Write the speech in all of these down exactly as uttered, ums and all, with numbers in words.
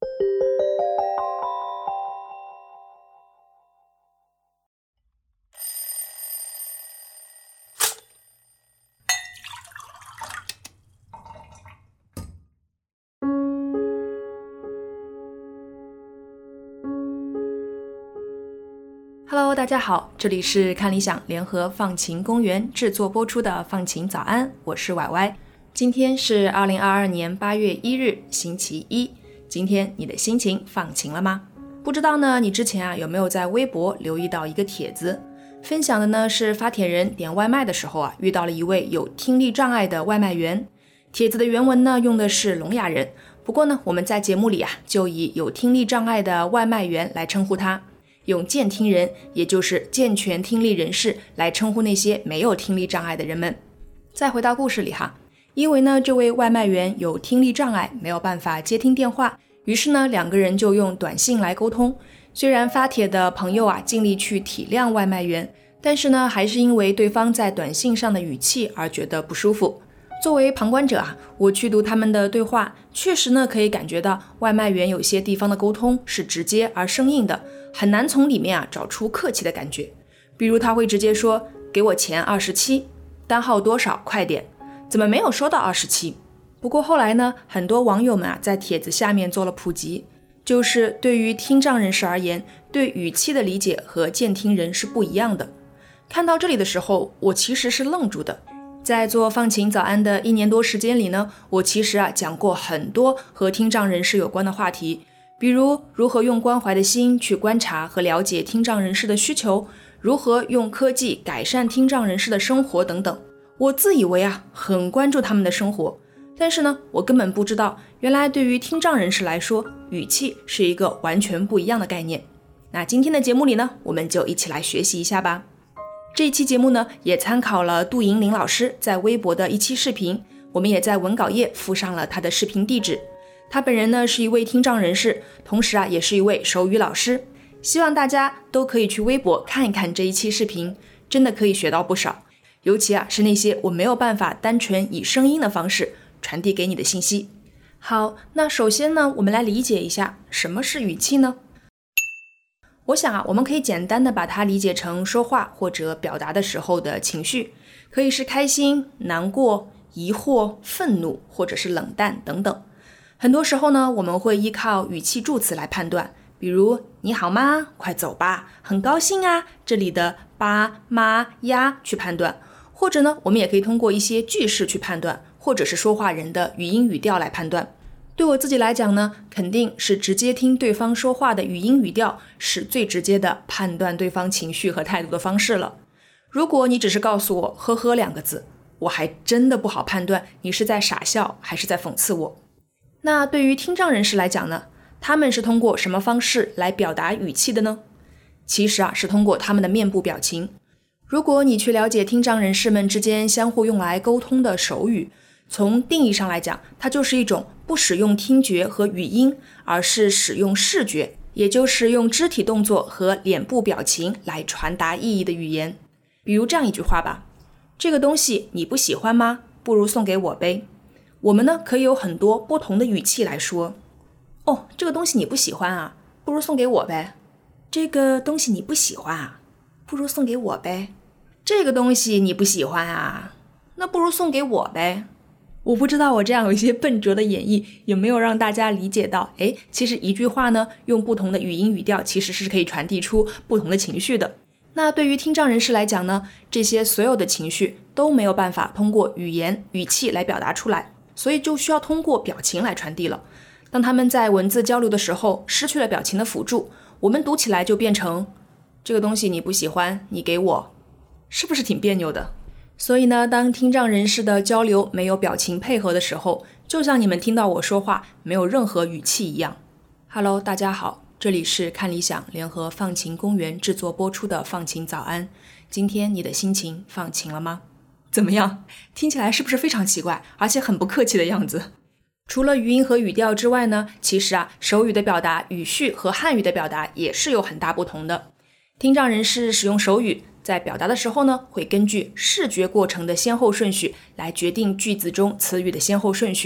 Hello， 大家好，这里是看理想联合放晴公园制作播出的放晴早安，我是歪歪。今天是二零二二年八月一日，星期一。今天你的心情放晴了吗？不知道呢，你之前啊有没有在微博留意到一个帖子，分享的呢是发帖人点外卖的时候啊遇到了一位有听力障碍的外卖员。帖子的原文呢用的是聋哑人，不过呢我们在节目里啊就以有听力障碍的外卖员来称呼他。用健听人，也就是健全听力人士来称呼那些没有听力障碍的人们。再回到故事里哈，因为呢这位外卖员有听力障碍，没有办法接听电话，于是呢两个人就用短信来沟通。虽然发帖的朋友啊尽力去体谅外卖员，但是呢还是因为对方在短信上的语气而觉得不舒服。作为旁观者啊，我去读他们的对话，确实呢可以感觉到外卖员有些地方的沟通是直接而生硬的，很难从里面啊找出客气的感觉。比如他会直接说给我钱二十七，单号多少，快点，怎么没有收到二十七？不过后来呢，很多网友们啊在帖子下面做了普及，就是对于听障人士而言，对语气的理解和健听人是不一样的。看到这里的时候，我其实是愣住的。在做放晴早安的一年多时间里呢，我其实啊讲过很多和听障人士有关的话题，比如如何用关怀的心去观察和了解听障人士的需求，如何用科技改善听障人士的生活等等。我自以为啊很关注他们的生活，但是呢我根本不知道，原来对于听障人士来说，语气是一个完全不一样的概念。那今天的节目里呢，我们就一起来学习一下吧。这一期节目呢，也参考了杜莹玲老师在微博的一期视频，我们也在文稿页附上了她的视频地址。她本人呢是一位听障人士，同时啊也是一位手语老师。希望大家都可以去微博看一看这一期视频，真的可以学到不少。尤其啊是那些我没有办法单纯以声音的方式传递给你的信息。好，那首先呢，我们来理解一下什么是语气呢？我想啊，我们可以简单的把它理解成说话或者表达的时候的情绪，可以是开心、难过、疑惑、愤怒，或者是冷淡等等。很多时候呢，我们会依靠语气助词来判断，比如你好吗？快走吧，很高兴啊，这里的吧、妈、呀去判断，或者呢，我们也可以通过一些句式去判断，或者是说话人的语音语调来判断。对我自己来讲呢，肯定是直接听对方说话的语音语调是最直接的判断对方情绪和态度的方式了。如果你只是告诉我呵呵两个字，我还真的不好判断你是在傻笑还是在讽刺我。那对于听障人士来讲呢，他们是通过什么方式来表达语气的呢？其实啊，是通过他们的面部表情。如果你去了解听障人士们之间相互用来沟通的手语，从定义上来讲，它就是一种不使用听觉和语音，而是使用视觉，也就是用肢体动作和脸部表情来传达意义的语言。比如这样一句话吧，这个东西你不喜欢吗？不如送给我呗。我们呢可以有很多不同的语气来说，哦，这个东西你不喜欢啊，不如送给我呗。这个东西你不喜欢啊，不如送给我呗。这个东西你不喜欢啊，那不如送给我呗。我不知道我这样有一些笨拙的演绎有没有让大家理解到，诶，其实一句话呢，用不同的语音语调其实是可以传递出不同的情绪的。那对于听障人士来讲呢，这些所有的情绪都没有办法通过语言语气来表达出来，所以就需要通过表情来传递了。当他们在文字交流的时候失去了表情的辅助，我们读起来就变成这个东西你不喜欢，你给我，是不是挺别扭的？所以呢，当听障人士的交流没有表情配合的时候，就像你们听到我说话没有任何语气一样。Hello， 大家好，这里是看理想联合放晴公园制作播出的放晴早安。今天你的心情放晴了吗？怎么样？听起来是不是非常奇怪，而且很不客气的样子？除了语音和语调之外呢，其实啊，手语的表达语序和汉语的表达也是有很大不同的。听障人士使用手语在表达的时候呢，会根据视觉过程的先后顺序来决定句子中词语的先后顺序。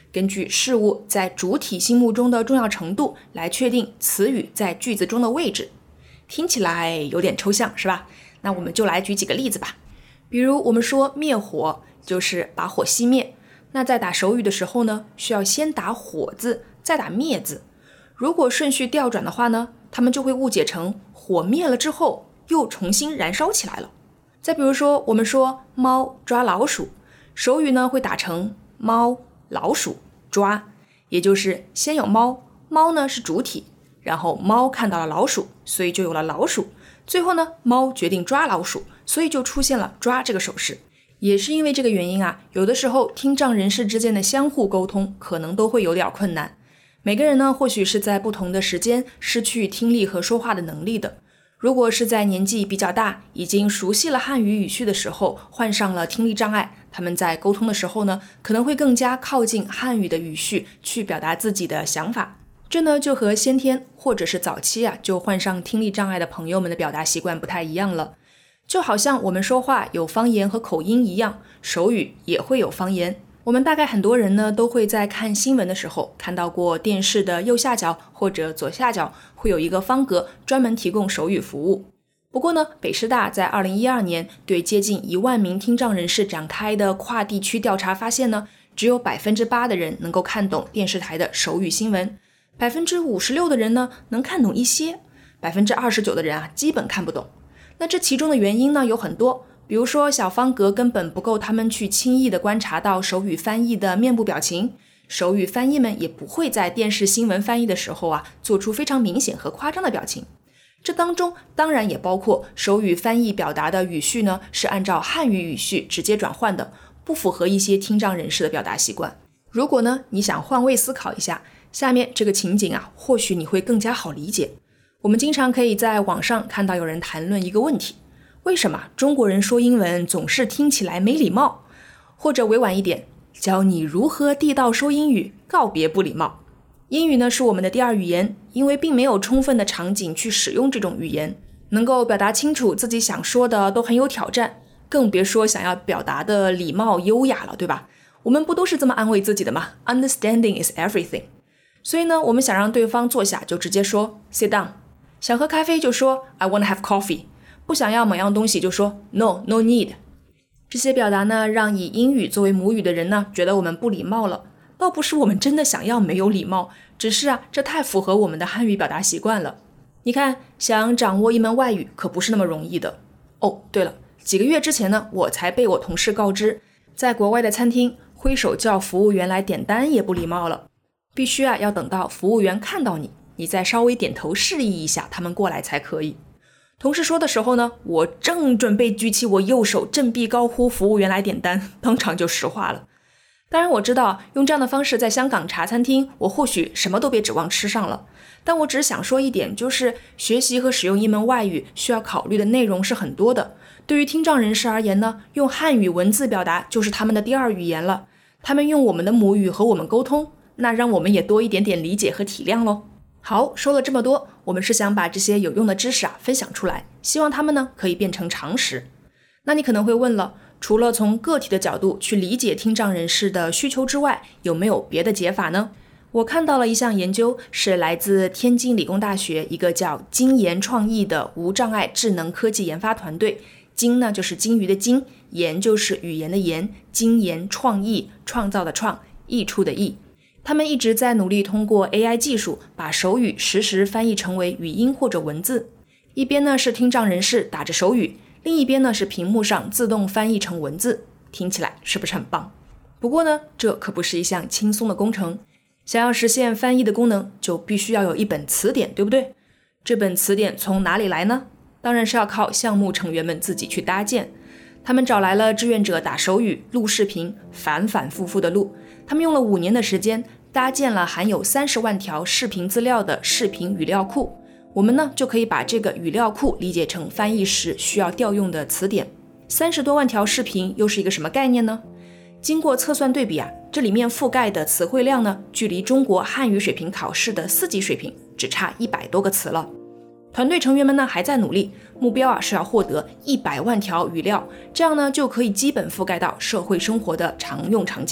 根据事物在主体心目中的重要程度来确定词语在句子中的位置。听起来有点抽象，是吧？那我们就来举几个例子吧。比如我们说灭火，就是把火熄灭。那在打手语的时候呢，需要先打火字，再打灭字。如果顺序调转的话呢，他们就会误解成火灭了之后又重新燃烧起来了。再比如说，我们说猫抓老鼠，手语呢会打成猫老鼠抓，也就是先有猫，猫呢是主体，然后猫看到了老鼠，所以就有了老鼠，最后呢猫决定抓老鼠，所以就出现了抓这个手势。也是因为这个原因啊，有的时候听障人士之间的相互沟通可能都会有点困难。每个人呢或许是在不同的时间失去听力和说话的能力的。如果是在年纪比较大，已经熟悉了汉语语序的时候，患上了听力障碍，他们在沟通的时候呢，可能会更加靠近汉语的语序去表达自己的想法。这呢就和先天或者是早期啊就患上听力障碍的朋友们的表达习惯不太一样了。就好像我们说话有方言和口音一样，手语也会有方言。我们大概很多人呢都会在看新闻的时候看到过电视的右下角或者左下角会有一个方格专门提供手语服务。不过呢，北师大在二零一二年对接近一万名听障人士展开的跨地区调查发现呢，只有百分之八的人能够看懂电视台的手语新闻，百分之五十六的人呢能看懂一些，百分之二十九的人啊基本看不懂。那这其中的原因呢有很多，比如说小方格根本不够他们去轻易地观察到手语翻译的面部表情，手语翻译们也不会在电视新闻翻译的时候啊做出非常明显和夸张的表情。这当中当然也包括手语翻译表达的语序呢是按照汉语语序直接转换的，不符合一些听障人士的表达习惯。如果呢你想换位思考一下，下面这个情景啊或许你会更加好理解。我们经常可以在网上看到有人谈论一个问题，为什么中国人说英文总是听起来没礼貌？或者委婉一点，教你如何地道说英语，告别不礼貌。英语呢是我们的第二语言，因为并没有充分的场景去使用这种语言，能够表达清楚自己想说的都很有挑战，更别说想要表达的礼貌优雅了，对吧？我们不都是这么安慰自己的吗？ Understanding is everything。 所以呢，我们想让对方坐下就直接说 sit down， 想喝咖啡就说 I want to have coffee， 不想要某样东西就说 no no need。 这些表达呢让以英语作为母语的人呢觉得我们不礼貌了，倒不是我们真的想要没有礼貌，只是啊这太符合我们的汉语表达习惯了。你看，想掌握一门外语可不是那么容易的。哦，对了，几个月之前呢我才被我同事告知，在国外的餐厅挥手叫服务员来点单也不礼貌了，必须啊要等到服务员看到你，你再稍微点头示意一下，他们过来才可以。同事说的时候呢，我正准备举起我右手振臂高呼服务员来点单，当场就石化了。当然我知道用这样的方式在香港茶餐厅，我或许什么都别指望吃上了，但我只想说一点，就是学习和使用一门外语需要考虑的内容是很多的。对于听障人士而言呢，用汉语文字表达就是他们的第二语言了，他们用我们的母语和我们沟通，那让我们也多一点点理解和体谅咯。好，说了这么多，我们是想把这些有用的知识啊分享出来，希望他们呢可以变成常识。那你可能会问了，除了从个体的角度去理解听障人士的需求之外，有没有别的解法呢？我看到了一项研究，是来自天津理工大学一个叫金研创意的无障碍智能科技研发团队。金呢就是金鱼的金，研就是语言的研，金研创意，创造的创，溢出的溢。他们一直在努力通过 A I 技术把手语实时翻译成为语音或者文字，一边呢是听障人士打着手语，另一边呢是屏幕上自动翻译成文字，听起来是不是很棒？不过呢，这可不是一项轻松的工程，想要实现翻译的功能，就必须要有一本词典，对不对？这本词典从哪里来呢？当然是要靠项目成员们自己去搭建。他们找来了志愿者打手语、录视频，反反复复的录。他们用了五年的时间，搭建了含有三十万条视频资料的视频语料库。我们呢就可以把这个语料库理解成翻译时需要调用的词典。三十多万条视频又是一个什么概念呢？经过测算对比啊，这里面覆盖的词汇量呢，距离中国汉语水平考试的四级水平只差一百多个词了。团队成员们呢还在努力，目标啊是要获得一百万条语料，这样呢就可以基本覆盖到社会生活的常用场景。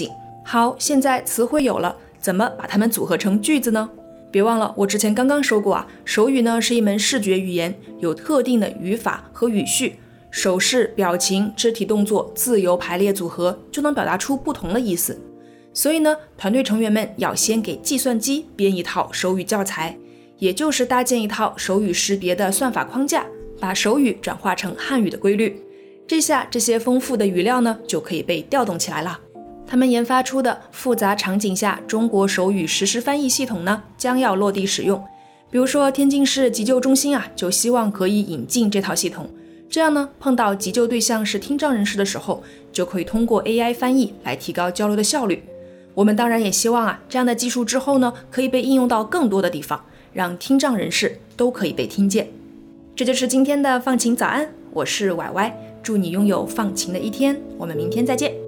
好，现在词汇有了，怎么把它们组合成句子呢？别忘了，我之前刚刚说过啊，手语呢是一门视觉语言，有特定的语法和语序，手势、表情、肢体动作自由排列组合，就能表达出不同的意思。所以呢，团队成员们要先给计算机编一套手语教材，也就是搭建一套手语识别的算法框架，把手语转化成汉语的规律。这下这些丰富的语料呢，就可以被调动起来了。他们研发出的复杂场景下中国手语实时翻译系统呢，将要落地使用。比如说天津市急救中心啊，就希望可以引进这套系统，这样呢，碰到急救对象是听障人士的时候，就可以通过 A I 翻译来提高交流的效率。我们当然也希望啊，这样的技术之后呢，可以被应用到更多的地方，让听障人士都可以被听见。这就是今天的放晴早安，我是歪歪，祝你拥有放晴的一天，我们明天再见。